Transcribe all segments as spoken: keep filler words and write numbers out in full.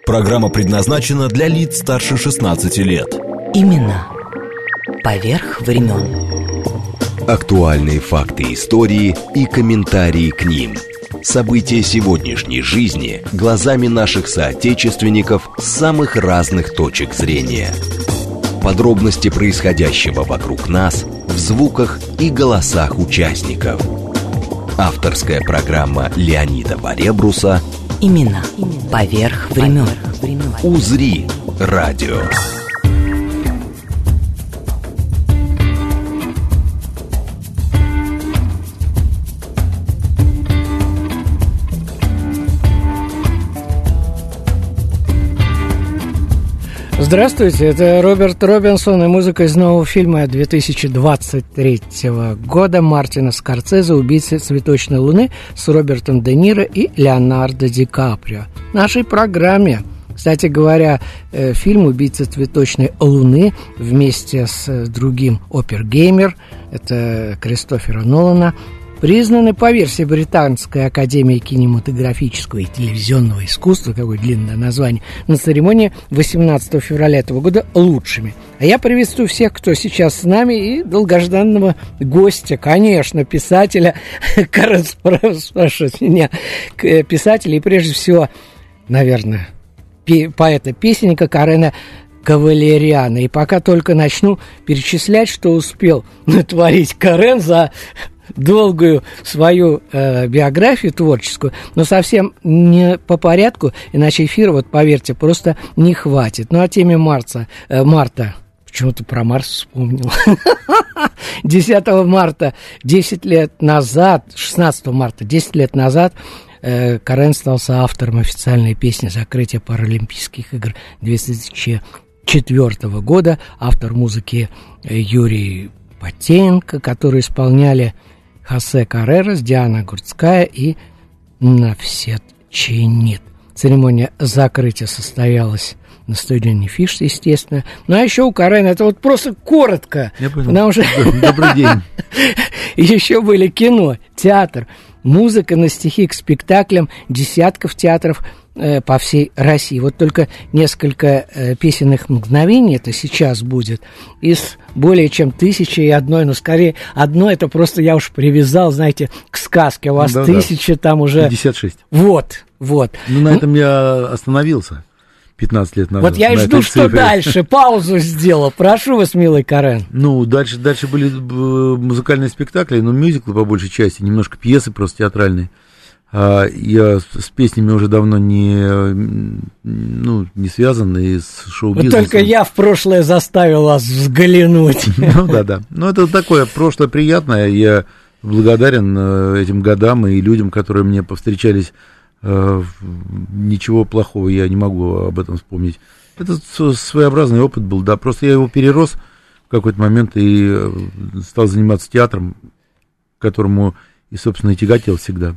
Программа предназначена для лиц старше шестнадцати лет. Имена поверх времен. Актуальные факты истории и комментарии к ним. События сегодняшней жизни глазами наших соотечественников с самых разных точек зрения. Подробности происходящего вокруг нас в звуках и голосах участников. Авторская программа Леонида Баребруса Имена поверх времен. УЗРИ радио. Здравствуйте, это Роберт Робинсон и музыка из нового фильма две тысячи двадцать третьего года Мартина Скорсезе «Убийца цветочной луны» с Робертом Де Ниро и Леонардо Ди Каприо. В нашей программе, кстати говоря, фильм «Убийца цветочной луны» вместе с другим «Оппенгеймер», это Кристофера Нолана, признаны по версии Британской академии кинематографического и телевизионного искусства, какое длинное название, на церемонии восемнадцатого февраля этого года лучшими. А я приветствую всех, кто сейчас с нами, и долгожданного гостя, конечно, писателя, Карен спрашивает меня, писателя и прежде всего, наверное, поэта-песенника Карена Кавалериана. И пока только начну перечислять, что успел натворить Карен за долгую свою э, биографию творческую, но совсем не по порядку, иначе эфира, вот поверьте, просто не хватит. Ну, о теме марта, э, марта, почему-то про Марс вспомнил, десятого марта, десять лет назад, шестнадцатого марта, десять лет назад, э, Карен стал соавтором официальной песни закрытия Паралимпийских игр две тысячи четвёртого года, автор музыки Юрий Потеенко, которые исполняли Хосе Каррерас, Диана Гурцкая и Нафсет Чинит. Церемония закрытия состоялась на стадионе Фиш, естественно. Ну, а еще у Карена, это вот просто коротко. Я понял. Потому что... Добрый день. Еще были кино, театр, музыка на стихи к спектаклям десятков театров э, по всей России. Вот только несколько э, песенных мгновений это сейчас будет из более чем тысячи и одной, но скорее одно, это просто я уж привязал, знаете, к сказке. У вас да, тысяча, да. Там уже... пятьдесят шесть. Вот, вот. Ну, на этом я остановился пятнадцать лет назад. Вот я и жду, что цифре. Дальше. Паузу сделал. Прошу вас, милый Карен. Ну, дальше, дальше были музыкальные спектакли, но мюзиклы по большей части, немножко пьесы просто театральные. Я с песнями уже давно не, ну, не связан, и с шоу-бизнесом. Вот только я в прошлое заставил вас взглянуть. Ну, да-да. Ну, это такое прошлое приятное. Я благодарен этим годам и людям, которые мне повстречались. Ничего плохого я не могу об этом вспомнить. Это своеобразный опыт был, да. Просто я его перерос в какой-то момент и стал заниматься театром, к которому и, собственно, и тяготел всегда.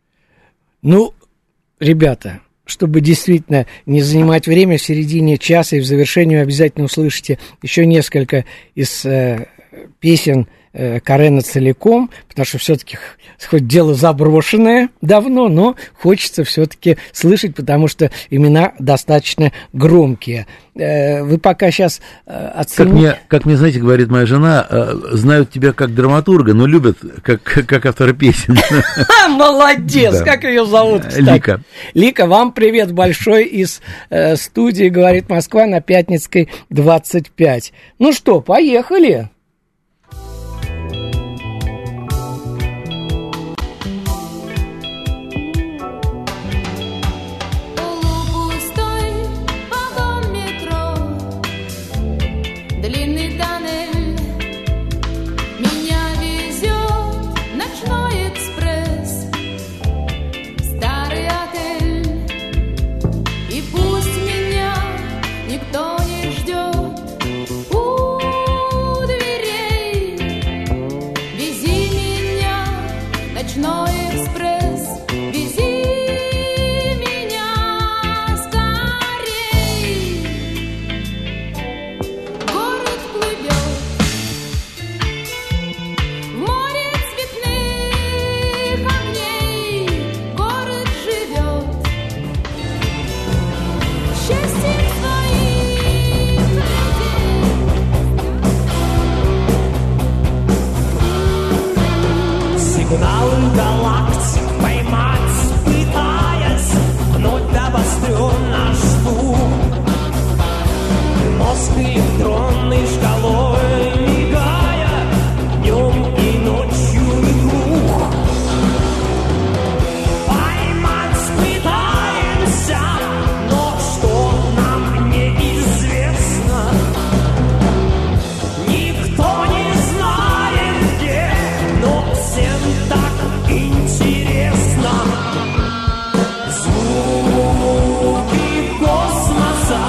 Ну, ребята, чтобы действительно не занимать время, в середине часа и в завершении обязательно услышите еще несколько из э, песен э, Карена целиком, потому что все-таки хоть дело заброшенное давно, но хочется все-таки слышать, потому что имена достаточно громкие. Э, вы пока сейчас э, оцените... Как мне, как мне, знаете, говорит моя жена, э, знают тебя как драматурга, но любят как, как автора песен. Молодец! Как ее зовут, кстати? Лика. Лика, вам привет большой из э, студии «Говорит Москва» на Пятницкой, двадцать пять. Ну что, поехали! Никто не ждет у наш стук. Мозг электронной шкалой мигая днем и ночью и круг. Поймать пытаемся, но что нам неизвестно. Никто не знает где, но всем так интересно. Звуки космоса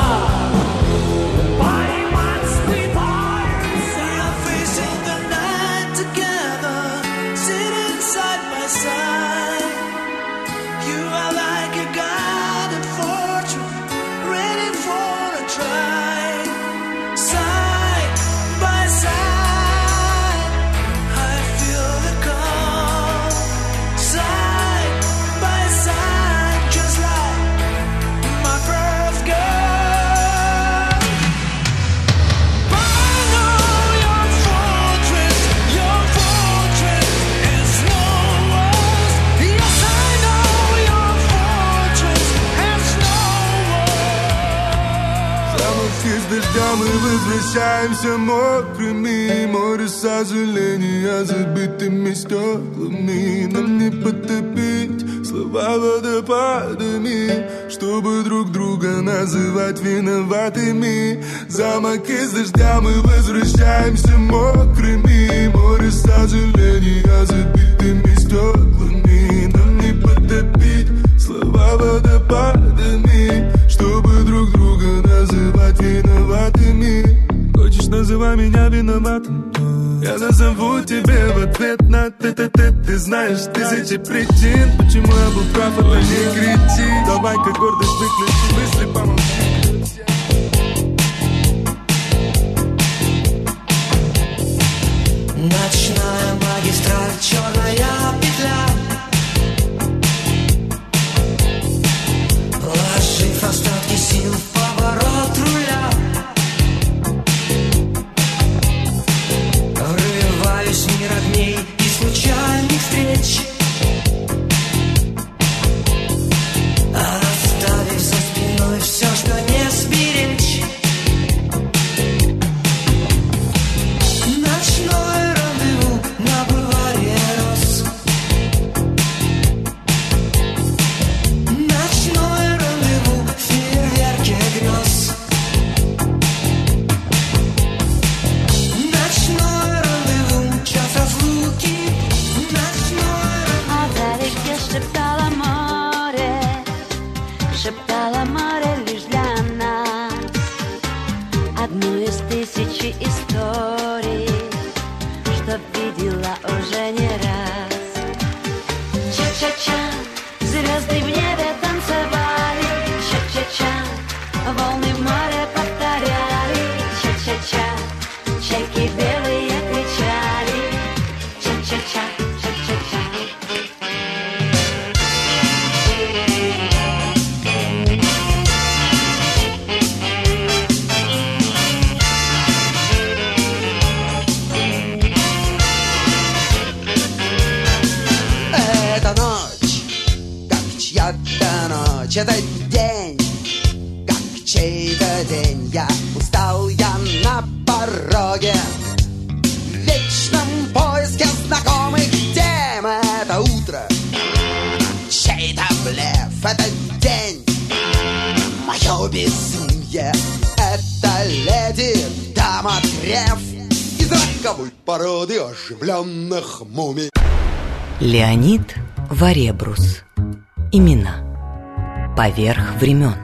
поймать пытаемся. Facing the night together, sitting side by side. You are like a guided fortune, ready for a try. Side by side, I feel the call. Side by side, just like my first girl. But I know your fortress, your fortress is no worse. Yes, I know your fortress has no worse. Замолчи с дождя, мы возвращаемся мокрыми. Море сожаления забитыми стеклами. Нам не потопить слова водопадами, чтобы друг друга называть виноватыми. Замок из дождя, мы возвращаемся мокрыми. Море сожаления забитыми стеклами. Нам не потопить слова водопадами, чтобы друг друга называть виноватыми. Хочешь, называй меня виноватым, я назову тебе в ответ на ты-ты-ты. Ты знаешь тысячи причин, почему я был прав, это не кричи. Давай-ка гордость выключи, мысли помолчи. Ночная магистраль, черная петля. Положив остатки сил в поворот руля, врываюсь в мир огней и случайных встреч, оставив за спиной все, что не сберечь. Ночное рандеву на бульваре Рос. Ночное рандеву в фейерверке грез. Ночное рандеву, час разлуки. Ночное А вдалеке шептало море, шептало море лишь для нас одну из тысячи историй, что видела уже не раз. Ча-ча-ча, звезды в небе танцевали. Ча-ча-ча, волны в море повторяли. Ча-ча-ча, чайки белые кричали. Ча-ча-ча, ча-ча-ча. Это ночь, как чья-то ночь. Это день, как чей-то день. Я устал, я на пороге, в вечном поиске знакомых тем. Это утро, чей-то блеф. Это день, мое безумие. Это леди Дамоклев из роковой породы оживленных мумий. Леонид Варебрус. Имена. Поверх времен.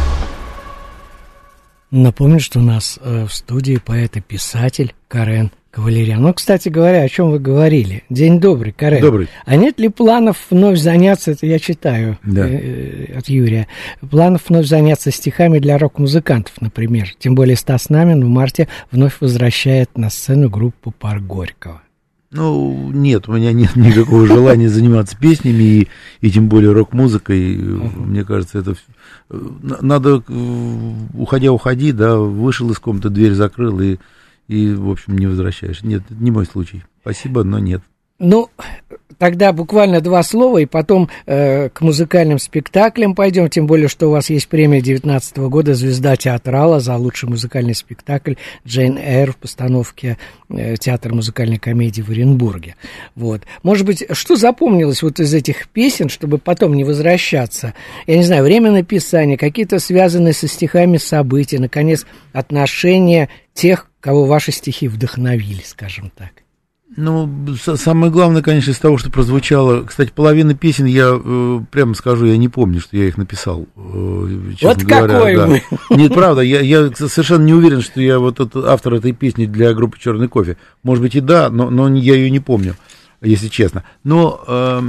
Напомню, что у нас э, в студии поэт и писатель Карен Кавалерян. Ну, кстати говоря, о чем вы говорили? День добрый, Карен. Добрый. А нет ли планов вновь заняться, это я читаю Да. э, от Юрия, планов вновь заняться стихами для рок-музыкантов, например? Тем более Стас Намин в марте вновь возвращает на сцену группу «Парк Горького». Ну, нет, у меня нет никакого желания заниматься песнями и, и тем более рок-музыкой. Мне кажется, это надо, уходя, уходи, да, вышел из комнаты, дверь закрыл и, и, в общем, не возвращаешь. Нет, это не мой случай. Спасибо, но нет. Ну, тогда буквально два слова, и потом э, к музыкальным спектаклям пойдем, тем более, что у вас есть премия девятнадцатого года «Звезда театрала» за лучший музыкальный спектакль «Джейн Эйр» в постановке э, театра музыкальной комедии в Оренбурге. Вот. Может быть, что запомнилось вот из этих песен, чтобы потом не возвращаться? Я не знаю, время написания, какие-то связанные со стихами события, наконец, отношения тех, кого ваши стихи вдохновили, скажем так. Ну, самое главное, конечно, из того, что прозвучало. Кстати, половина песен, я э, прямо скажу, я не помню, что я их написал. Э, вот говоря, какой да. вы! Нет, правда, я, я совершенно не уверен, что я вот этот, автор этой песни для группы «Черный кофе». Может быть, и да, но, но я ее не помню, если честно. Но э,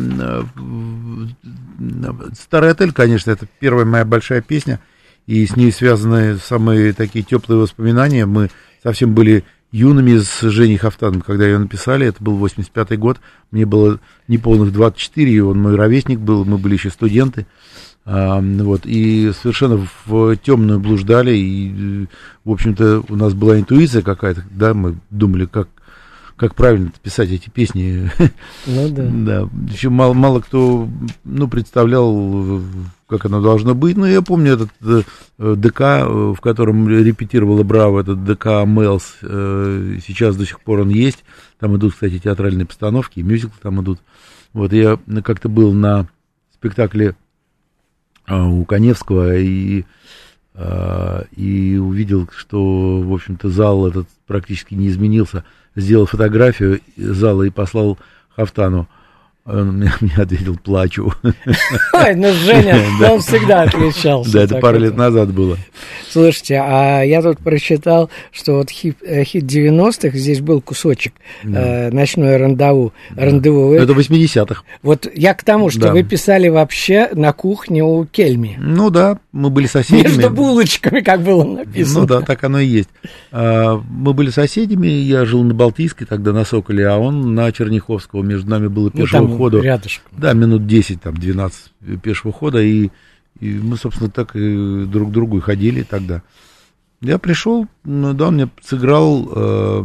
э, «Старый отель», конечно, это первая моя большая песня, и с ней связаны самые такие теплые воспоминания. Мы совсем были юными с Женей Хафтаном, когда ее написали, это был восемьдесят пятый год, мне было неполных двадцать четыре, и он мой ровесник был, мы были еще студенты, а, вот, и совершенно в темную блуждали, и, в общем-то, у нас была интуиция какая-то, да, мы думали, как, как правильно писать эти песни. Ну да. Да, еще мало, мало кто, ну, представлял, как оно должно быть. Но я помню этот э, ДК, в котором репетировала Браво, этот ДК Мэлс, э, сейчас до сих пор он есть. Там идут, кстати, театральные постановки, и мюзиклы там идут. Вот я как-то был на спектакле э, у Каневского и, э, и увидел, что, в общем-то, зал этот практически не изменился. Сделал фотографию зала и послал Хафтану. Он мне, мне ответил: плачу. Ой, ну Женя, он всегда отличался. Да, это пару лет назад было. Слушайте, а я тут прочитал, что вот хит, хит девяностых, здесь был кусочек, э, «Ночное рандеву». рандеву. Это восьмидесятых. Вот я к тому, что Да. вы писали вообще на кухне у Кельми. Ну да, мы были соседями. Между булочками, как было написано. Ну да, так оно и есть. А, мы были соседями, я жил на Балтийской, тогда на Соколе, а он на Черняховского. Между нами было пешего Ну, хода. Рядышком. Да, минут десять, там, двенадцать пешего хода, и, и мы, собственно, так и друг к другу и ходили тогда. Я пришел, ну, да, он мне сыграл э,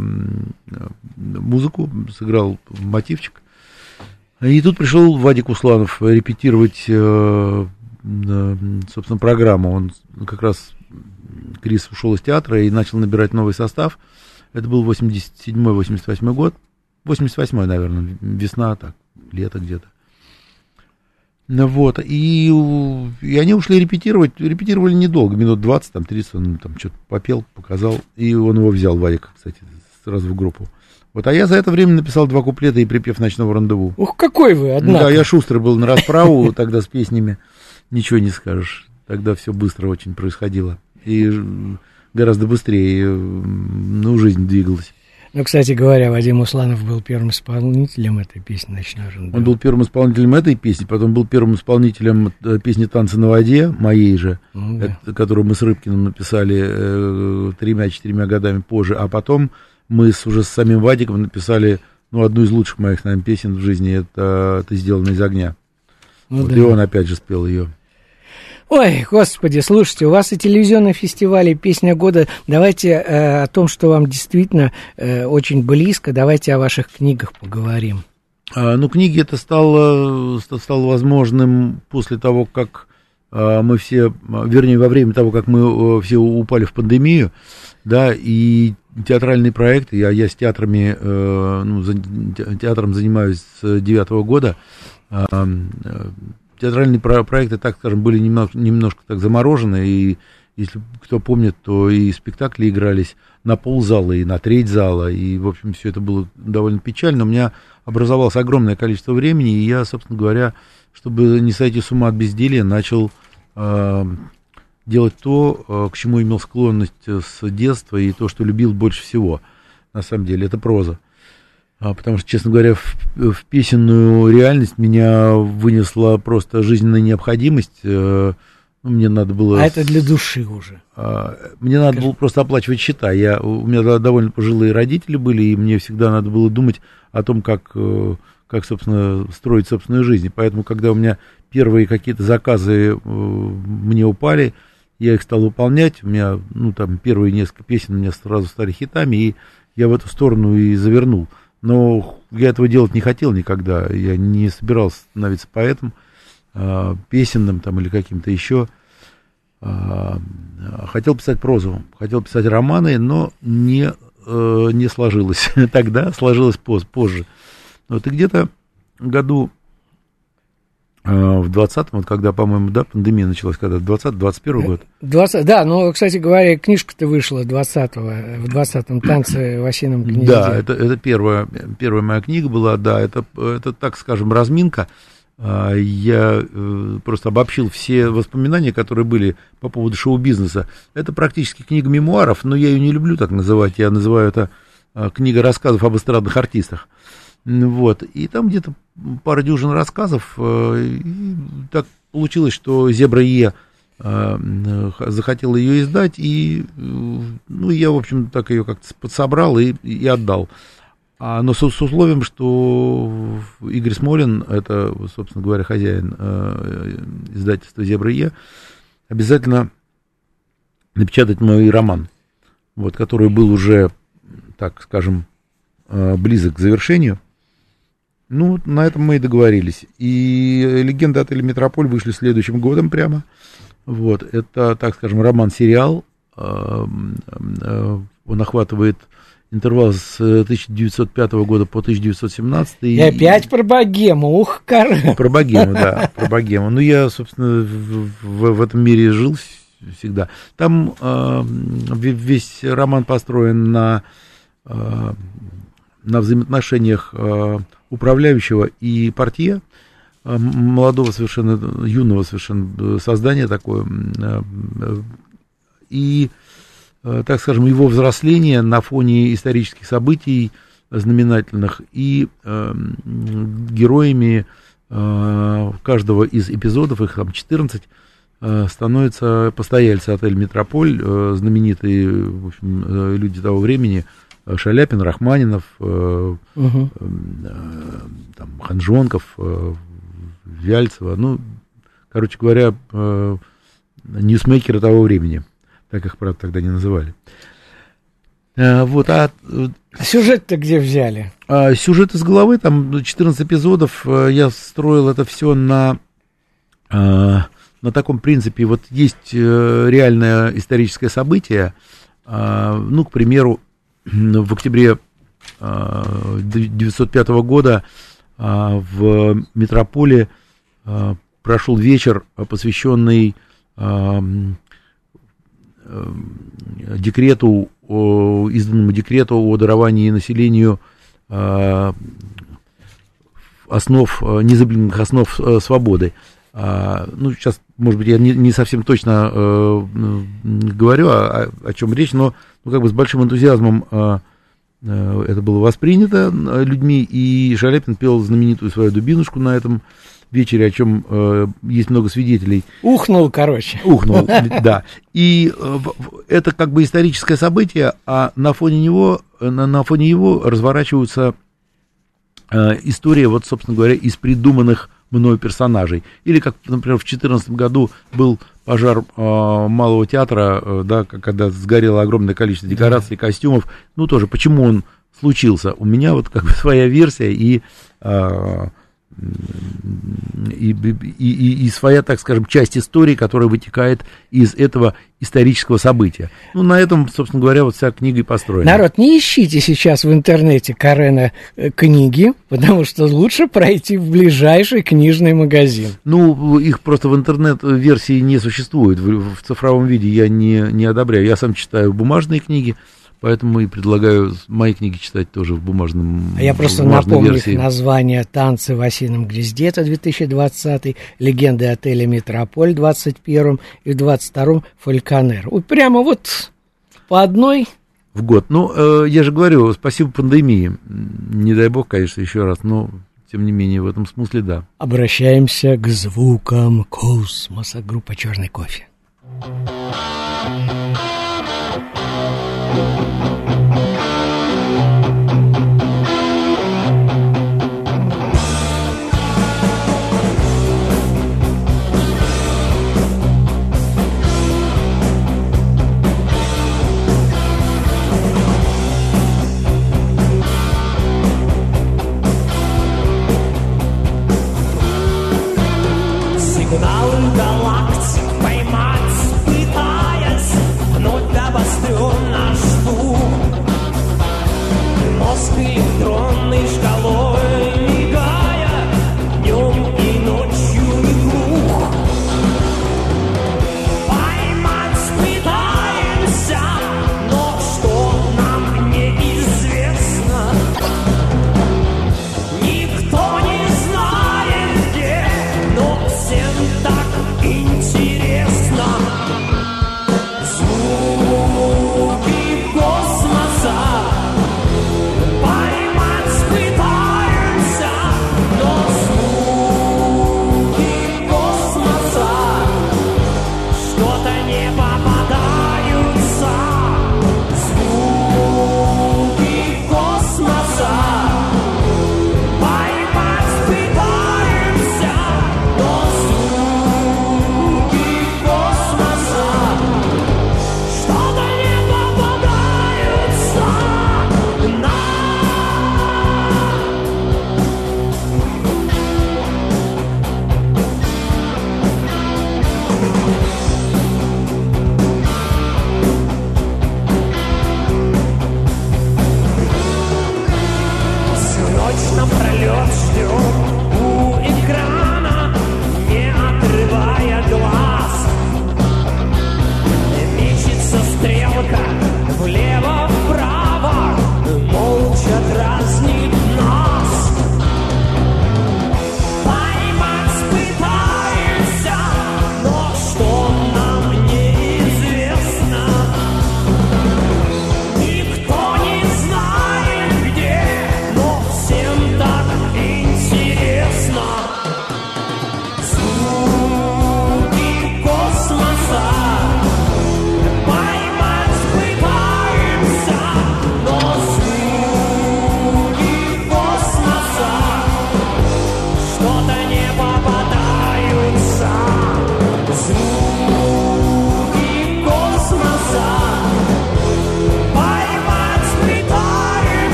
музыку, сыграл мотивчик. И тут пришел Вадик Усланов репетировать, э, э, собственно, программу. Он как раз, Крис ушел из театра и начал набирать новый состав. Это был восемьдесят седьмой восемьдесят восьмой год. восемьдесят восьмой, наверное, весна, так, лето где-то. Ну вот, и, и они ушли репетировать, репетировали недолго, минут двадцать, там, тридцать, он там что-то попел, показал, и он его взял, Вадик, кстати, сразу в группу. Вот, а я за это время написал два куплета и припев «Ночного рандеву». Ух, какой вы, однако. Да, я шустрый был на расправу тогда с песнями, ничего не скажешь, тогда все быстро очень происходило, и гораздо быстрее, ну, жизнь двигалась. Ну, кстати говоря, Вадим Усланов был первым исполнителем этой песни «Ночной рандеву». Он был первым исполнителем этой песни, потом был первым исполнителем песни «Танцы на воде», моей же, Ну, да. это, которую мы с Рыбкиным написали э, тремя-четырьмя годами позже, а потом мы с, уже с самим Вадиком написали, ну, одну из лучших моих, наверное, песен в жизни, это «Ты сделана из огня». Ну, Вот, да. и он опять же спел ее. Ой, господи, слушайте, у вас и телевизионный фестиваль, и песня года. Давайте э, о том, что вам действительно э, очень близко, давайте о ваших книгах поговорим. А, ну, книги это стало, стало возможным после того, как а, мы все, вернее, во время того, как мы а, все упали в пандемию, да, и театральные проекты, я, я с театрами, а, ну, за, театром занимаюсь с девятого года, а, а, театральные про- проекты, так скажем, были немножко, немножко так заморожены, и если кто помнит, то и спектакли игрались на ползала, и на треть зала, и, в общем, все это было довольно печально. У меня образовалось огромное количество времени, и я, собственно говоря, чтобы не сойти с ума от безделья, начал э, делать то, э, к чему имел склонность с детства, и то, что любил больше всего, на самом деле, это проза. А, потому что, честно говоря, в, в песенную реальность меня вынесла просто жизненная необходимость. Э, ну, мне надо было... А это для души уже. А, мне надо Скажи. было просто оплачивать счета. Я, у меня довольно пожилые родители были, и мне всегда надо было думать о том, как, как, собственно, строить собственную жизнь. И поэтому, когда у меня первые какие-то заказы мне упали, я их стал выполнять. У меня, ну, там, первые несколько песен у меня сразу стали хитами, и я в эту сторону и завернул. Но я этого делать не хотел никогда. Я не собирался становиться поэтом, песенным там или каким-то еще. Хотел писать прозу, хотел писать романы, но не, не сложилось. Тогда сложилось позже. Вот и где-то году в двадцатом, вот когда, по-моему, да, пандемия началась, когда, двадцатый двадцать первый год? двадцать, да, но, кстати говоря, книжка-то вышла двадцатого, в двадцатом «Танце в осином гнезде». Да, это, это первая, первая моя книга была, да, это, это, так скажем, разминка. Я просто обобщил все воспоминания, которые были по поводу шоу-бизнеса. Это практически книга мемуаров, но я ее не люблю так называть, я называю это книга рассказов об эстрадных артистах. Вот, и там где-то пара дюжин рассказов, и так получилось, что «Зебра Е» захотела ее издать, и, ну, я, в общем, так ее как-то подсобрал и, и отдал. А, но с, с условием, что Игорь Смолин, это, собственно говоря, хозяин э, издательства «Зебра Е», обязательно напечатать мой роман, вот, который был уже, так скажем, э, близок к завершению. Ну, на этом мы и договорились. И «Легенды отеля «Метрополь» вышли следующим годом прямо. Вот, это, так скажем, роман-сериал. Он охватывает интервал с тысяча девятьсот пятого года по тысяча девятьсот семнадцатый. И опять про богему, ух, кар... Про богему, да, про богему. Ну, я, собственно, в, в, в этом мире жил всегда. Там э, весь роман построен на, э, на взаимоотношениях э, управляющего и портье, э, молодого совершенно, юного совершенно создания такое, э, э, и, э, так скажем, его взросление на фоне исторических событий знаменательных, и э, героями э, каждого из эпизодов, их там четырнадцать, э, становятся постояльцы отеля «Метрополь», э, знаменитые, в общем, э, люди того времени, Шаляпин, Рахманинов, э, угу. э, там, Ханжонков, э, Вяльцева, ну, короче говоря, э, ньюсмейкеры того времени, так их, правда, тогда не называли. Э, вот, а... Сюжет-то где взяли? А, сюжет из головы, там четырнадцать эпизодов, я строил это все на, на таком принципе, вот есть реальное историческое событие, ну, к примеру, в октябре девятьсот пятого года в Метрополе прошел вечер, посвященный декрету, изданному декрету о даровании населению основ, незыблемых основ свободы. Ну, сейчас, может быть, я не, не совсем точно э, говорю, о, о чем речь, но ну, как бы с большим энтузиазмом э, э, это было воспринято людьми, и Шаляпин пел знаменитую свою «Дубинушку» на этом вечере, о чем э, есть много свидетелей. Ухнул, короче. Ухнул, да. И э, это как бы историческое событие, а на фоне него, на, на фоне его разворачиваются э, истории, вот, собственно говоря, из придуманных мною персонажей. Или, как, например, в две тысячи четырнадцатом году был пожар э, Малого театра, э, да, когда сгорело огромное количество декораций, да. Костюмов. Ну, тоже, почему он случился? У меня вот как бы своя версия и, э, и, и, и, и своя, так скажем, часть истории, которая вытекает из этого исторического события. Ну, на этом, собственно говоря, вот вся книга и построена. Народ, не ищите сейчас в интернете Карена книги, потому что лучше пройти в ближайший книжный магазин. Ну, их просто в интернет-версии не существует. В, в цифровом виде я не, не одобряю. Я сам читаю бумажные книги, поэтому и предлагаю мои книги читать тоже в бумажном А я просто напомню версии. Их название: «Танцы в осином гнезде», это две тысячи двадцатый, «Легенды отеля «Метрополь» в двадцать первом и в двадцать втором «Фальконер». Вот прямо вот по одной... В год. Ну, э, я же говорю, спасибо пандемии. Не дай бог, конечно, еще раз, но тем не менее в этом смысле да. Обращаемся к звукам космоса. Группа «Черный кофе».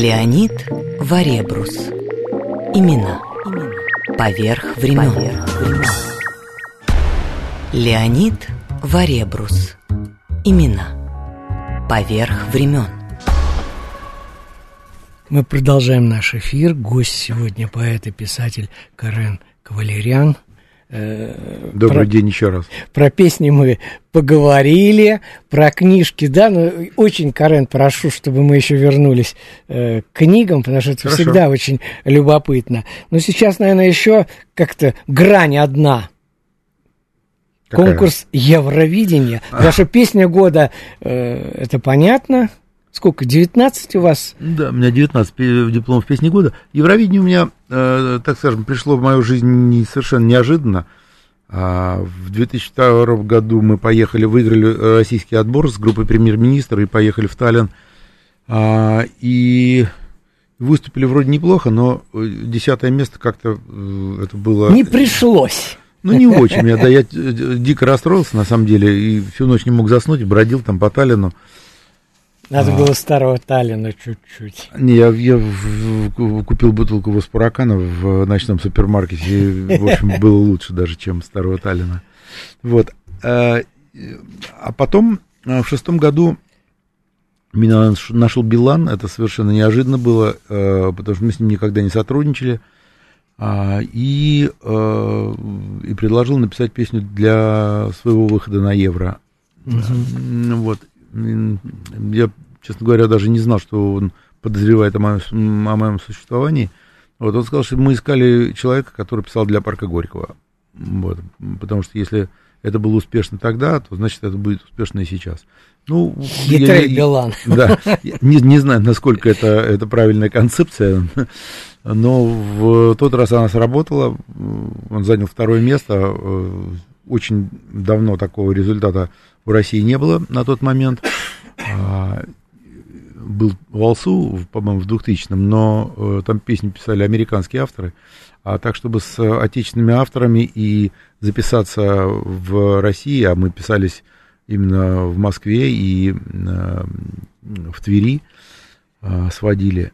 Леонид Варебрус. Имена. Поверх времен. Леонид Варебрус. Имена. Поверх времен. Мы продолжаем наш эфир. Гость сегодня поэт и писатель Карен Кавалерян. Добрый про, день еще раз. Про песни мы поговорили, про книжки, да, но очень, Карен, прошу, чтобы мы еще вернулись э, к книгам, потому что это Хорошо. Всегда очень любопытно. Но сейчас, наверное, еще как-то грань одна. Какая? Конкурс Евровидения. А. Ваша песня года, э, это понятно. Сколько, девятнадцать у вас? Да, у меня девятнадцать дипломов песни года. Евровидение у меня, э, так скажем, пришло в мою жизнь не, совершенно неожиданно. А, в две тысячи втором году мы поехали, выиграли российский отбор с группой «Премьер-министр» и поехали в Таллин. А, и выступили вроде неплохо, но десятое место как-то это было... Не пришлось. Ну, не очень. Я, да, я дико расстроился, на самом деле, и всю ночь не мог заснуть, и бродил там по Таллину. Надо а, было старого Таллина чуть-чуть. Не, я, я в, в, купил бутылку Воспуракана в ночном супермаркете, и, в общем, было лучше даже, чем старого Таллина. Вот. А, а потом, в шестом году, меня нашел Билан, это совершенно неожиданно было, потому что мы с ним никогда не сотрудничали, и, и предложил написать песню для своего выхода на Евро. Mm-hmm. Вот. Я, честно говоря, даже не знал, что он подозревает о моем, о моем существовании. Вот, он сказал, что мы искали человека, который писал для Парка Горького. Вот, потому что если это было успешно тогда, то значит это будет успешно и сейчас. Ну, Хитрый Билан. Да, не, не знаю, насколько это, это правильная концепция, но в тот раз она сработала. Он занял второе место. Очень давно такого результата в России не было на тот момент. А, был в Алсу, по-моему, в двухтысячном, но а, там песни писали американские авторы. А так, чтобы с отечественными авторами и записаться в России, а мы писались именно в Москве и а, в Твери, а, сводили.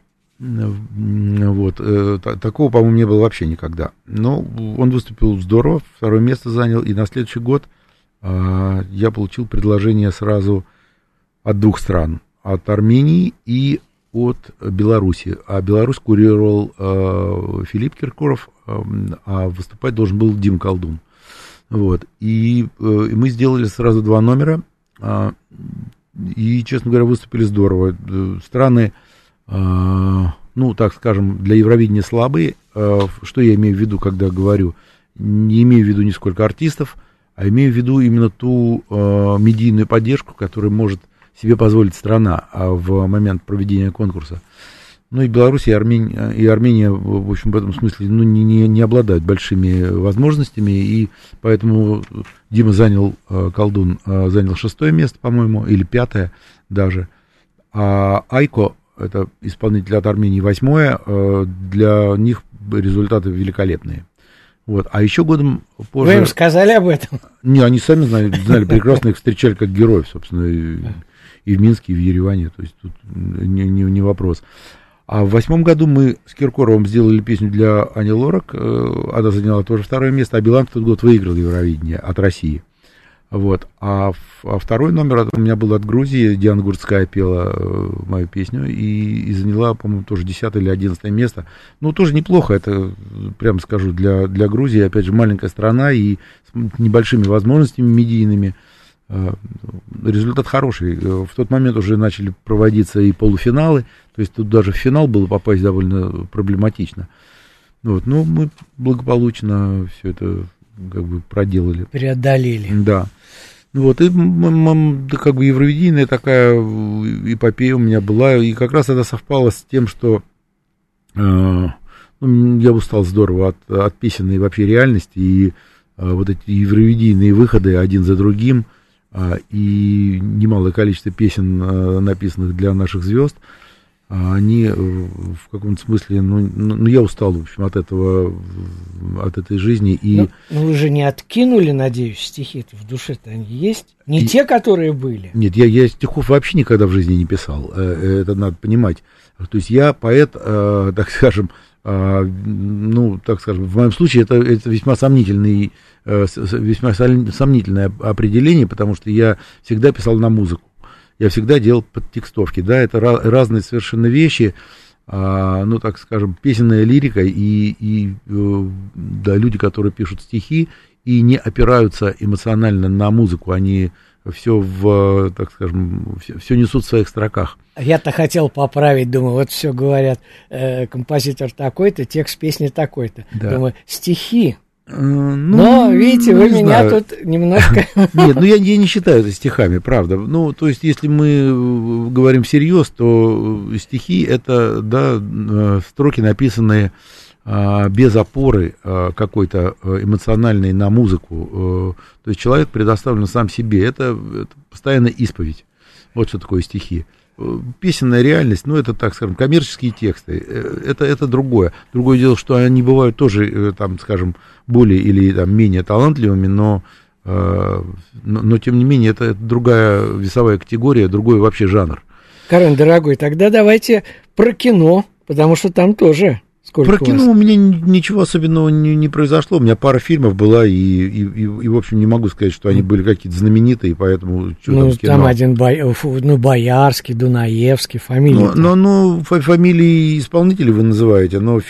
Вот, э, такого, по-моему, не было вообще никогда. Но он выступил здорово, второе место занял, и на следующий год э, я получил предложение сразу от двух стран, от Армении и от Беларуси. А Беларусь курировал э, Филипп Киркоров, э, а выступать должен был Дим Колдун. Вот, и, э, и мы сделали сразу два номера, э, и, честно говоря, выступили здорово. Страны, ну, так скажем, для Евровидения слабые. Что я имею в виду, когда говорю? Не имею в виду не сколько артистов, а имею в виду именно ту медийную поддержку, которую может себе позволить страна в момент проведения конкурса. Ну, и Беларусь, и Армения, и Армения, в общем, в этом смысле, ну, не, не, не обладают большими возможностями, и поэтому Дима занял, Колдун занял шестое место, по-моему, или пятое даже, а Айко, это исполнитель от Армении, восьмое, для них результаты великолепные. Вот. А еще годом позже... Вы им сказали об этом? Не, они сами знали, знали прекрасно, их встречали как героев, собственно, и, и в Минске, и в Ереване, то есть тут не, не, не вопрос. А в восьмом году мы с Киркоровым сделали песню для Ани Лорак, она заняла тоже второе место, а Билан в тот год выиграл Евровидение от России. Вот. А, а второй номер у меня был от Грузии, Диана Гурцкая пела э, мою песню и, и заняла, по-моему, тоже десятое или одиннадцатое место. Ну, тоже неплохо, это, прямо скажу, для, для Грузии, опять же, маленькая страна и с небольшими возможностями медийными. Э, результат хороший. В тот момент уже начали проводиться и полуфиналы, то есть тут даже в финал было попасть довольно проблематично. Вот. Но мы благополучно все это как бы проделали. Преодолели. Да. Вот, и да, как бы евровидийная такая эпопея у меня была, и как раз это совпало с тем, что э, ну, я устал здорово от, от песен и вообще реальности, и э, вот эти евровидийные выходы один за другим, э, и немалое количество песен, э, написанных для наших звезд, они в каком-то смысле, ну, ну, я устал, в общем, от этого от этой жизни. И... Ну, ну, вы же не откинули, надеюсь, стихи-то в душе-то они есть? Не и... те, которые были? Нет, я, я стихов вообще никогда в жизни не писал, это надо понимать. То есть я поэт, так скажем, ну, так скажем, в моем случае это, это весьма сомнительный, весьма сомнительное определение, потому что я всегда писал на музыку. Я всегда делал подтекстовки, да, это разные совершенно вещи, а, ну, так скажем, песенная лирика и, и да, люди, которые пишут стихи и не опираются эмоционально на музыку, они все в, так скажем, все, все несут в своих строках. Я-то хотел поправить, думаю, вот все говорят, э, композитор такой-то, текст песни такой-то. Да. Думаю, стихи. Ну, но, видите, ну, вы меня знаю. тут немножко... Нет, ну я, я не считаю это стихами, правда. Ну, то есть, если мы говорим всерьез, то стихи — это, да, строки, написанные а, без опоры а, какой-то эмоциональной на музыку. А, то есть, человек предоставлен сам себе. Это, это постоянная исповедь. Вот что такое стихи. Песенная реальность, ну, это, так скажем, коммерческие тексты, это, это другое. Другое дело, что они бывают тоже, там, скажем, более или там, менее талантливыми, но, э, но, но, тем не менее, это, это другая весовая категория, другой вообще жанр. Карен, дорогой, тогда давайте про кино, потому что там тоже... Сколько Про кино у, у меня ничего особенного не, не произошло. У меня пара фильмов была, и, и, и, и, в общем, не могу сказать, что они были какие-то знаменитые, поэтому... Ну, там, там один, ну, Боярский, Дунаевский, фамилии. Ну, ну, фамилии исполнителей вы называете, но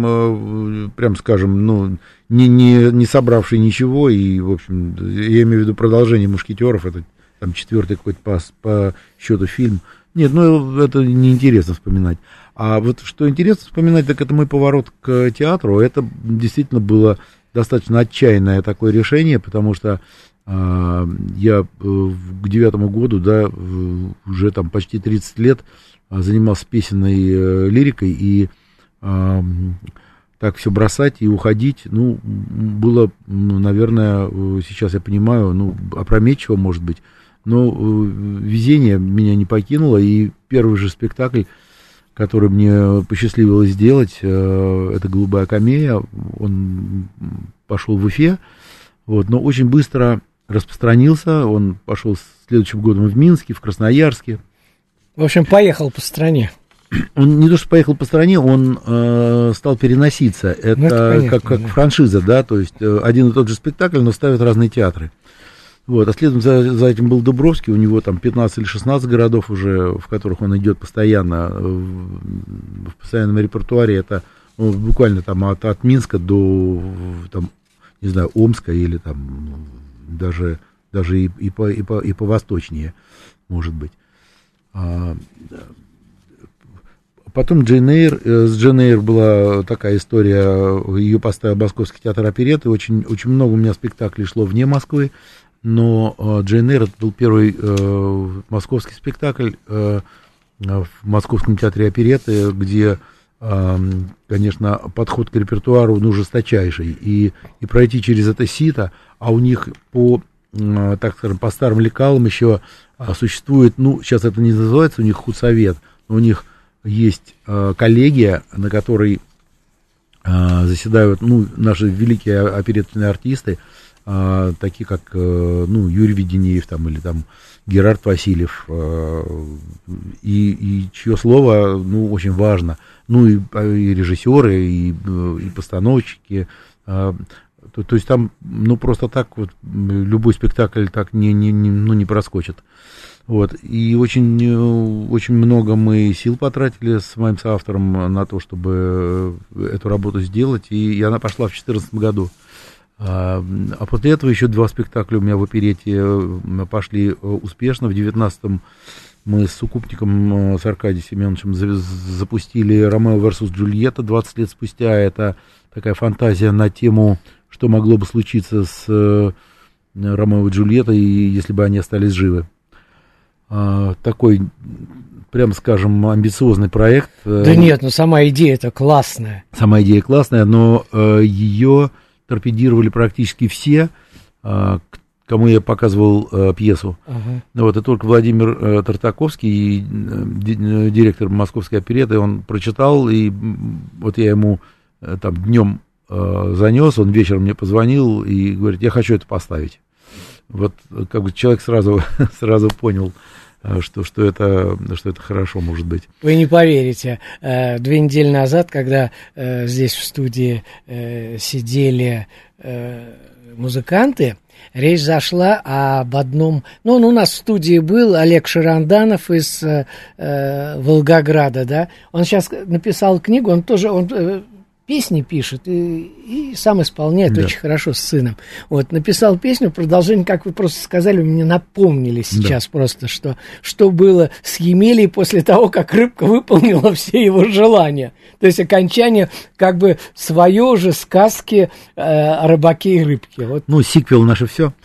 фильм, прям скажем, ну, не, не, не собравший ничего, и, в общем, я имею в виду продолжение «Мушкетеров», это там четвертый какой-то по, по счету фильм. Нет, ну, это неинтересно вспоминать. А вот что интересно вспоминать, так это мой поворот к театру. Это действительно было достаточно отчаянное такое решение, потому что э, я э, к девятому году, да, уже там почти тридцать лет э, занимался песенной э, лирикой, и э, так все бросать и уходить, ну, было, ну, наверное, сейчас я понимаю, ну, опрометчиво, может быть, но э, везение меня не покинуло, и первый же спектакль, который мне посчастливилось сделать, это «Голубая камея», он пошел в Уфе, вот, но очень быстро распространился, он пошел следующим годом в Минске, в Красноярске. В общем, поехал по стране. Он не то, что поехал по стране, он э, стал переноситься, это, ну, это понятно, как, как да. франшиза, да, то есть один и тот же спектакль, но ставят разные театры. Вот, а следом за, за этим был Дубровский, у него там пятнадцать или шестнадцать городов уже, в которых он идет постоянно, в, в постоянном репертуаре, это ну, буквально там от, от Минска до, там, не знаю, Омска или там даже, даже и, и, по, и, по, и повосточнее, может быть. А, потом Джейн Эйр, с Джейн Эйр была такая история, ее поставил Московский театр оперетты, очень, очень много у меня спектаклей шло вне Москвы. Но э, Джейн Эйр — это был первый э, московский спектакль э, в Московском театре оперетты, где, э, конечно, подход к репертуару ну, жесточайший. И, и пройти через это сито, а у них по, э, так скажем, по старым лекалам еще э, существует, ну, сейчас это не называется у них худсовет, но у них есть э, коллегия, на которой э, заседают ну, наши великие оперетные артисты, А, такие как ну, Юрий Веденеев там, или там Герард Васильев, а, и, и чье слово ну, очень важно, ну и, и режиссеры, и, и постановщики, а, то, то есть там ну, просто так вот любой спектакль так не, не, не, ну, не проскочит. Вот. И очень, очень много мы сил потратили с моим соавтором на то, чтобы эту работу сделать, и, и она пошла в две тысячи четырнадцатом году. А, а после этого еще два спектакля у меня в оперете пошли успешно. В девятнадцатом мы с сукупником, с Аркадием Семеновичем, запустили «Ромео версус Джульетта» двадцать лет спустя. Это такая фантазия на тему, что могло бы случиться с Ромео и Джульеттой, если бы они остались живы. А, такой, прямо скажем, амбициозный проект. Да нет, ну сама идея-то классная. Сама идея классная, но ее... торпедировали практически все, кому я показывал пьесу. Uh-huh. Вот, и только Владимир Тартаковский, директор Московской оперетты, он прочитал, и вот я ему там днем э, занес, он вечером мне позвонил и говорит, я хочу это поставить. Вот как бы человек сразу, сразу понял, что, что, это, что это хорошо может быть. Вы не поверите, две недели назад, когда здесь в студии сидели музыканты, речь зашла об одном... Ну, он у нас в студии был, Олег Шаранданов из э, Волгограда, да. Он сейчас написал книгу, он тоже... Он, э, песни пишет и, и сам исполняет, да. Очень хорошо с сыном. Вот, написал песню, продолжение, как вы просто сказали, вы мне напомнили сейчас, да. Просто, что, что было с Емелей после того, как рыбка выполнила все его желания. То есть окончание как бы свое же сказки э, о рыбаке и рыбке. Вот. Ну, сиквел наше все.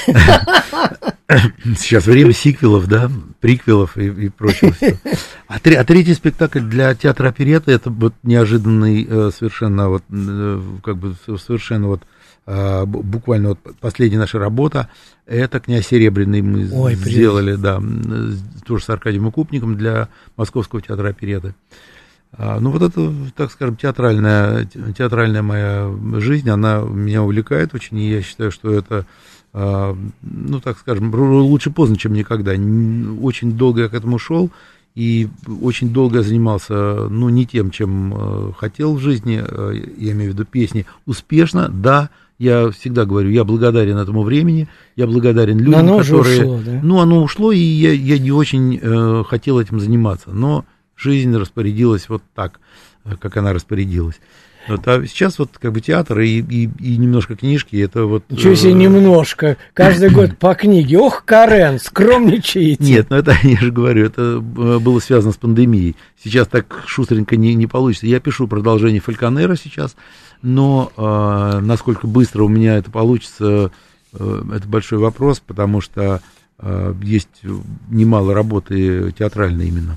Сейчас время сиквелов, да, приквелов и, и прочего. А, три, а третий спектакль для театра оперетты, это вот неожиданный э, совершенно вот, э, как бы совершенно вот э, буквально вот последняя наша работа, это «Князь Серебряный» мы Ой, сделали, да, тоже с Аркадием Укупником для Московского театра оперетты. А, ну вот это, так скажем, театральная, театральная моя жизнь, она меня увлекает очень, и я считаю, что это... ну, так скажем, лучше поздно, чем никогда. Очень долго я к этому шел, и очень долго я занимался, ну, не тем, чем хотел в жизни, я имею в виду песни. Успешно, да, я всегда говорю, я благодарен этому времени, я благодарен людям, оно которые... ушло, да? Ну, оно ушло, и я, я не очень э, хотел этим заниматься, но жизнь распорядилась вот так, как она распорядилась. Вот, а сейчас вот как бы театр и, и, и немножко книжки, это вот... Ничего себе, немножко, каждый год по книге. Ох, Карен, скромничаете. Нет, ну это, я же говорю, это было связано с пандемией. Сейчас так шустренько не, не получится. Я пишу продолжение Фальконера сейчас, но э, насколько быстро у меня это получится, э, это большой вопрос, потому что э, есть немало работы театральной именно.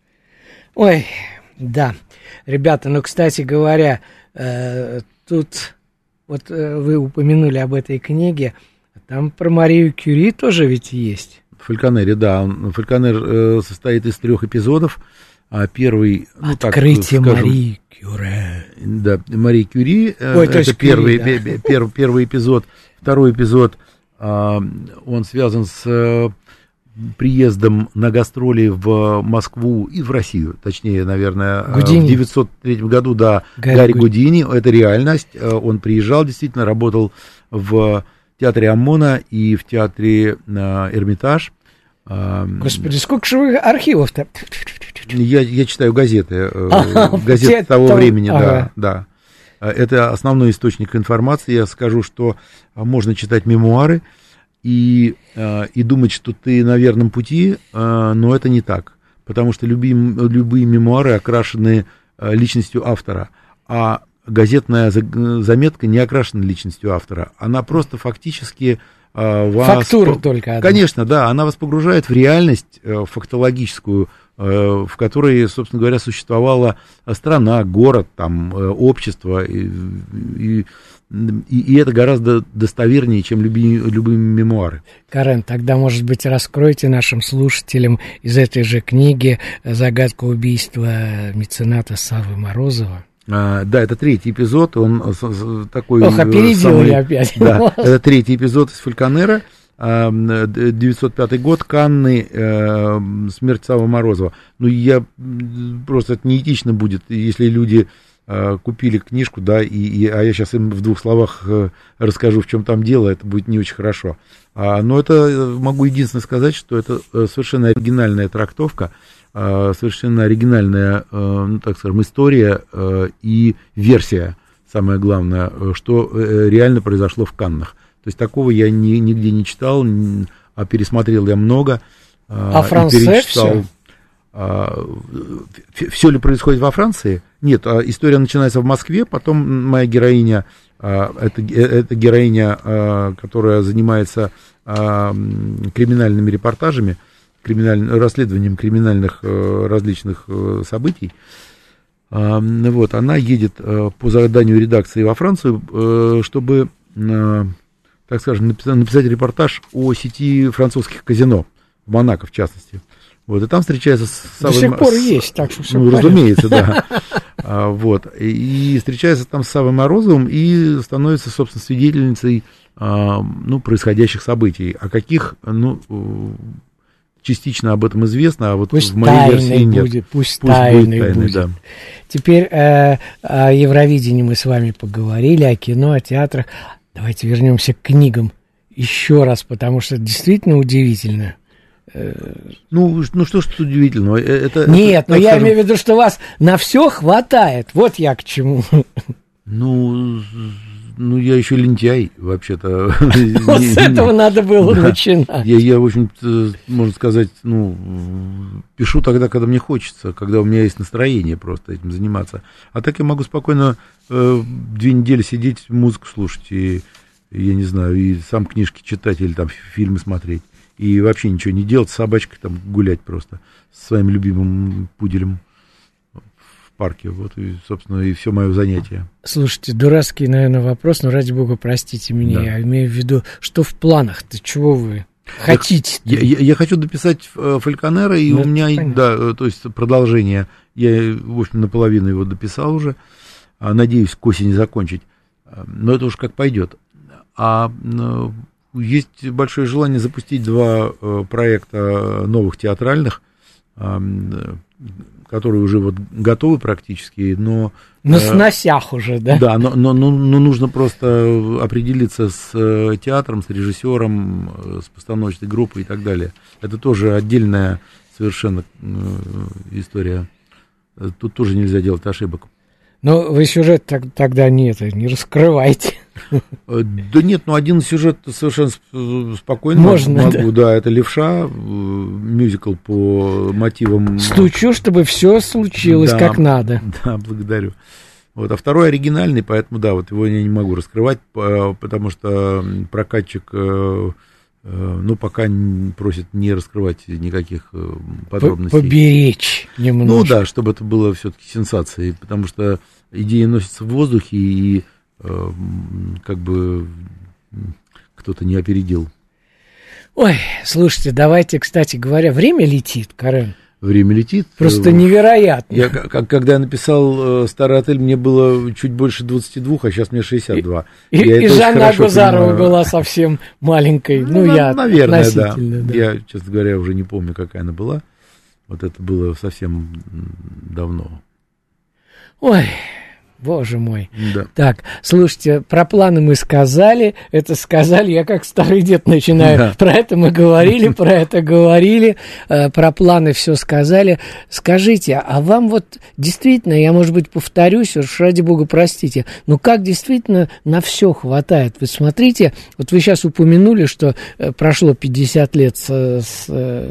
Ой... Да, ребята, ну, кстати говоря, э, тут вот э, вы упомянули об этой книге, там про Марию Кюри тоже ведь есть. В Фальконере, да, Фальконер э, состоит из трех эпизодов, а первый... Ну, Открытие так, скажем, Марии Кюри. Да, Мария Кюри, э, Ой, это первый, Кюри, да. пер, первый эпизод. Второй эпизод, э, он связан с... Э, приездом на гастроли в Москву и в Россию, точнее, наверное, Гудини. В девятьсот третьем году, да, Гарри, Гарри Гудини, это реальность, он приезжал, действительно, работал в театре ОМОНа и в театре Эрмитаж. Господи, сколько же вы архивов-то? Я, я читаю газеты, а, газеты того там... времени, ага. да, да. Это основной источник информации, я скажу, что можно читать мемуары, И, и думать, что ты на верном пути, но это не так, потому что любые, любые мемуары окрашены личностью автора, а газетная заметка не окрашена личностью автора, она просто фактически вас... Фактура только одна. Конечно, да, она вас погружает в реальность фактологическую, в которой, собственно говоря, существовала страна, город, там, общество, и, и И, и это гораздо достовернее, чем люби, любые мемуары. Карен, тогда, может быть, раскройте нашим слушателям из этой же книги «Загадка убийства мецената Саввы Морозова». А, да, это третий эпизод, он такой... Ох, опередил я опять. Да, это третий эпизод из Фальконера, девятьсот пятый год, Канны, смерть Саввы Морозова. Ну, я просто, это неэтично будет, если люди... купили книжку, да, и, и, а я сейчас им в двух словах расскажу, в чем там дело, это будет не очень хорошо. А, но это могу единственное сказать, что это совершенно оригинальная трактовка, совершенно оригинальная, ну, так скажем, история и версия, самое главное, что реально произошло в Каннах. То есть такого я ни, нигде не читал, а пересмотрел я много. А француз все? Все ли происходит во Франции? Нет, история начинается в Москве, потом моя героиня, это, это героиня, которая занимается криминальными репортажами, криминаль, расследованием криминальных различных событий. Вот, она едет по заданию редакции во Францию, чтобы, так скажем, написать репортаж о сети французских казино, в Монако в частности. Вот, и там встречается с... До сих пор есть, так что все Ну, разумеется, да. А, вот. И встречается там с Саввой Морозовым и становится, собственно, свидетельницей а, ну, происходящих событий. О каких, ну, частично об этом известно, а вот пусть в моей версии нет. Будет, пусть, пусть тайной будет тайной, будет. Да. Теперь э, о Евровидении мы с вами поговорили, о кино, о театрах. Давайте вернемся к книгам еще раз, потому что это действительно удивительно. Ну, ну что ж тут удивительного? Это, Нет, это, но я скажем... имею в виду, что вас на все хватает. Вот я к чему. Ну, ну я еще лентяй, вообще-то. Вот с этого надо было начинать. Я, я, в общем-то, можно сказать, ну, пишу тогда, когда мне хочется, когда у меня есть настроение просто этим заниматься. А так я могу спокойно две недели сидеть, музыку слушать, и, я не знаю, и сам книжки читать или там фильмы смотреть. И вообще ничего не делать, с собачкой там гулять просто, со своим любимым пуделем в парке. Вот, и, собственно, и все мое занятие. Слушайте, дурацкий, наверное, вопрос, но ради бога, простите меня, да. Я имею в виду, что в планах-то, чего вы хотите? Я, я, я хочу дописать Фальконера, и ну, у меня, понятно. Да, то есть продолжение, я, в общем, наполовину его дописал уже, надеюсь, к осени закончить, но это уж как пойдет. А... Есть большое желание запустить два э, проекта новых театральных, э, которые уже вот готовы практически, но... На э, сносях уже, да? Да, но, но, но, но нужно просто определиться с э, театром, с режиссером, э, с постановочной группой и так далее. Это тоже отдельная совершенно э, история. Тут тоже нельзя делать ошибок. Но вы сюжет так, тогда нет, не раскрывайте. Да нет, ну один сюжет совершенно спокойно можно, могу, да. да, это «Левша», мюзикл по мотивам... Стучу, чтобы все случилось да, как надо. Да, благодарю. Вот, а второй оригинальный, поэтому, да, вот его я не могу раскрывать, потому что прокатчик, ну, пока просит не раскрывать никаких подробностей. Поберечь немножко. Ну, да, чтобы это было все-таки сенсацией, потому что идея носится в воздухе, и как бы кто-то не опередил. Ой, слушайте, давайте, кстати говоря, время летит, Карен. Время летит. Просто невероятно. Я, как, когда я написал «Старый отель», мне было чуть больше двадцати двух, а сейчас мне шестьдесят два. И, и, и Жанна Агузарова была совсем маленькой. Ну, ну я наверное, да. да. Я, честно говоря, уже не помню, какая она была. Вот это было совсем давно. Ой... Боже мой. Да. Так, слушайте, про планы мы сказали, это сказали, я как старый дед начинаю, да. Про это мы говорили, про это говорили, э, про планы все сказали. Скажите, а вам вот действительно, я, может быть, повторюсь, уж ради бога, простите, но как действительно на все хватает? Вы смотрите, вот вы сейчас упомянули, что э, прошло пятьдесят лет с, с,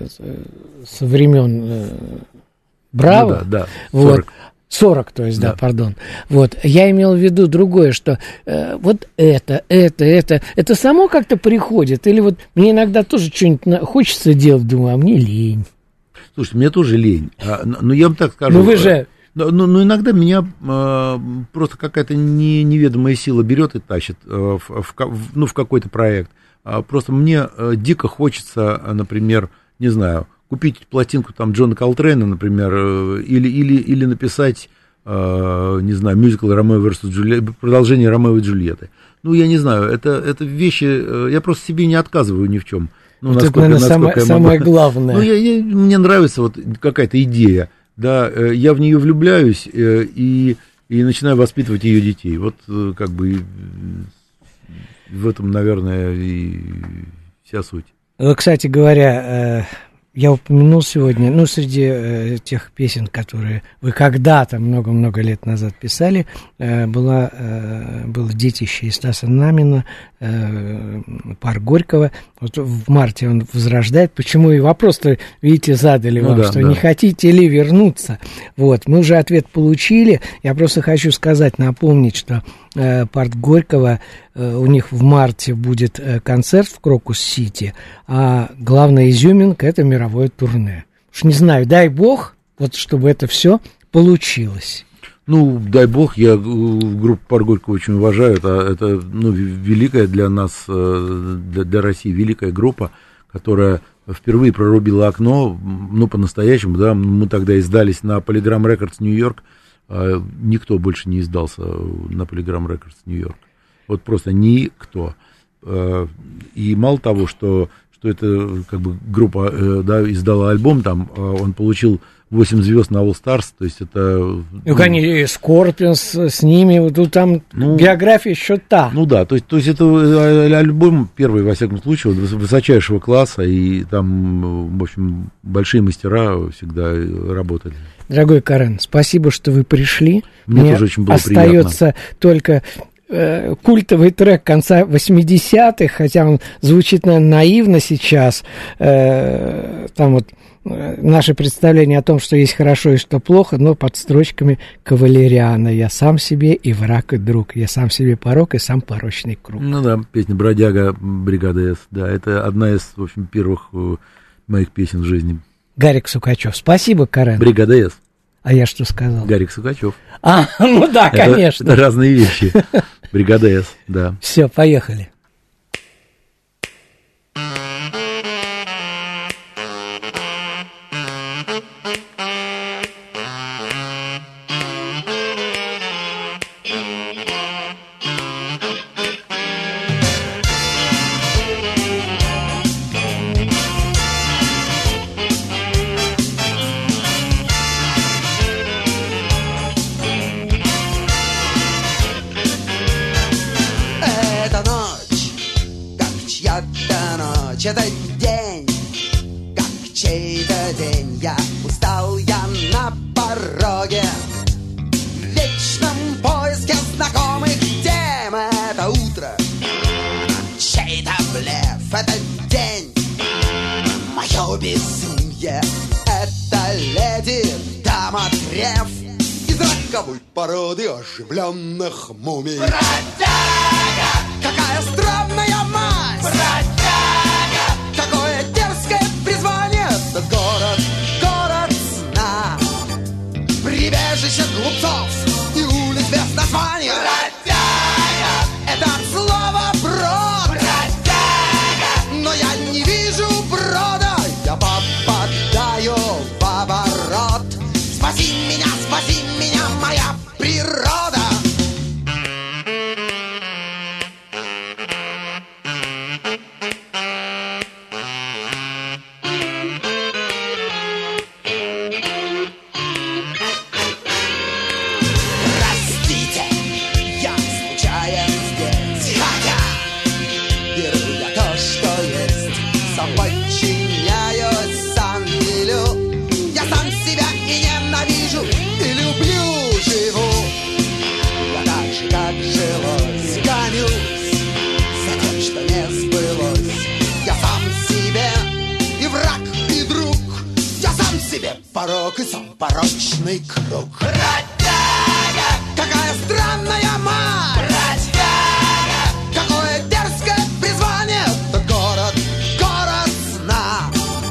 со времен э, Браво. Ну, да, да, вот. сорок, то есть, да, да, пардон. Вот, я имел в виду другое, что э, вот это, это, это, это само как-то приходит, или вот мне иногда тоже что-нибудь хочется делать, думаю, а мне лень. Слушайте, мне тоже лень, а, но я вам так скажу. Ну вы же... Но, но, но иногда меня э, просто какая-то не, неведомая сила берет и тащит э, в, в, в, ну, в какой-то проект. А просто мне э, дико хочется, например, не знаю, купить пластинку там Джона Колтрейна, например, или, или, или написать, э, не знаю, мюзикл «Ромео версус Джульетта», продолжение «Ромео и Джульетты». Ну, я не знаю, это, это вещи, э, я просто себе не отказываю ни в чем. Ну, вот насколько, это, наверное, насколько самое, самое главное. Ну, я, я, мне нравится вот какая-то идея, да, э, я в нее влюбляюсь э, и, и начинаю воспитывать ее детей. Вот э, как бы в этом, наверное, и вся суть. Ну, кстати говоря... Э... Я упомянул сегодня, ну, среди э, тех песен, которые вы когда-то, много-много лет назад писали, э, была, э, было детище из Стаса Намина, э, «Парк Горького». Вот в марте он возрождает. Почему и вопрос-то, видите, задали ну, вам, да, что да. Не хотите ли вернуться? Вот, мы уже ответ получили. Я просто хочу сказать, напомнить, что э, «Парк Горького», э, у них в марте будет э, концерт в Крокус-Сити, а главная изюминка — это мировое турне. Уж не знаю, дай бог, вот чтобы это все получилось. Ну, дай бог, я группу «Парк Горького» очень уважаю. Это, это ну, великая для нас, для, для России, великая группа, которая впервые прорубила окно, ну, по-настоящему, да, мы тогда издались на Polygram Records Нью-Йорк, а, никто больше не издался на Polygram Records Нью-Йорк. Вот просто никто. А, и мало того, что, что эта как бы, группа да, издала альбом, там он получил восемь звезд на All Stars, то есть это... Ну, конечно, Скорпионс с ними, вот тут там ну, география еще та. Ну да, то есть, то есть это альбом первый, во всяком случае, высочайшего класса, и там, в общем, большие мастера всегда работали. Дорогой Карен, спасибо, что вы пришли. Мне, Мне тоже очень было остается приятно. Остается только... культовый трек конца восьмидесятых, хотя он звучит, наверное, наивно сейчас, э, там вот э, наше представление о том, что есть хорошо и что плохо, но под строчками Кавалериана: «Я сам себе и враг, и друг, я сам себе порок и сам порочный круг». Ну да, песня «Бродяга», «Бригада С», да, это одна из, в общем, первых э, моих песен в жизни. Гарик Сукачев, спасибо, Карен. «Бригада С». А я что сказал? Гарик Сукачев. А, ну да, конечно. Это, это разные вещи. Бригада С, да. Все, поехали. Это день, как чей-то день. Я устал, я на пороге, в вечном поиске знакомых тем. Это утро, чей-то блеф. Это день, мое безумие. Это леди, дама треф из роковой породы оживленных мумий. Бродяга, какая странная мать! Бродяга, какое дерзкое призвание! Этот город, город сна, прибежище глупцов и улиц без названия. Бродяга, это от слова брод. Бродяга, но я не вижу брода. Я попадаю в оборот. Спаси меня, спаси меня, моя природа. Порок и сам порочный круг. Бродяга, какая странная мать! Бродяга, какое дерзкое призвание! Это город, город сна,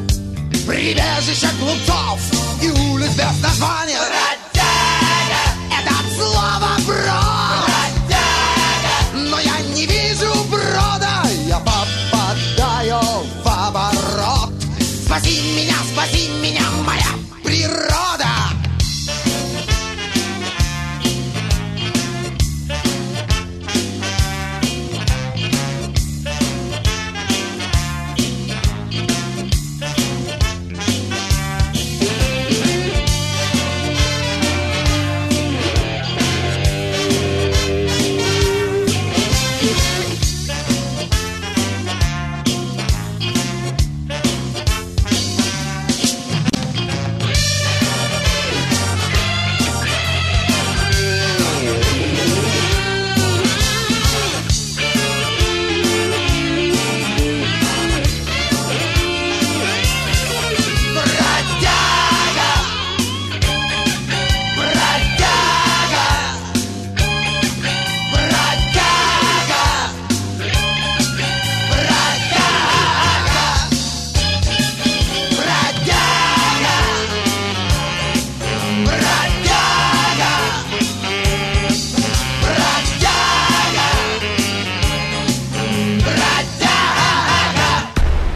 прибежище глупцов и улиц без названия. Бродяга, это от слова брод. Бродяга, но я не вижу брода. Я попадаю в оборот. Спаси меня, спаси меня, моя природа!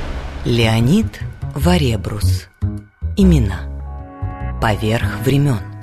Леонид Варебрус. Имена. Поверх времен.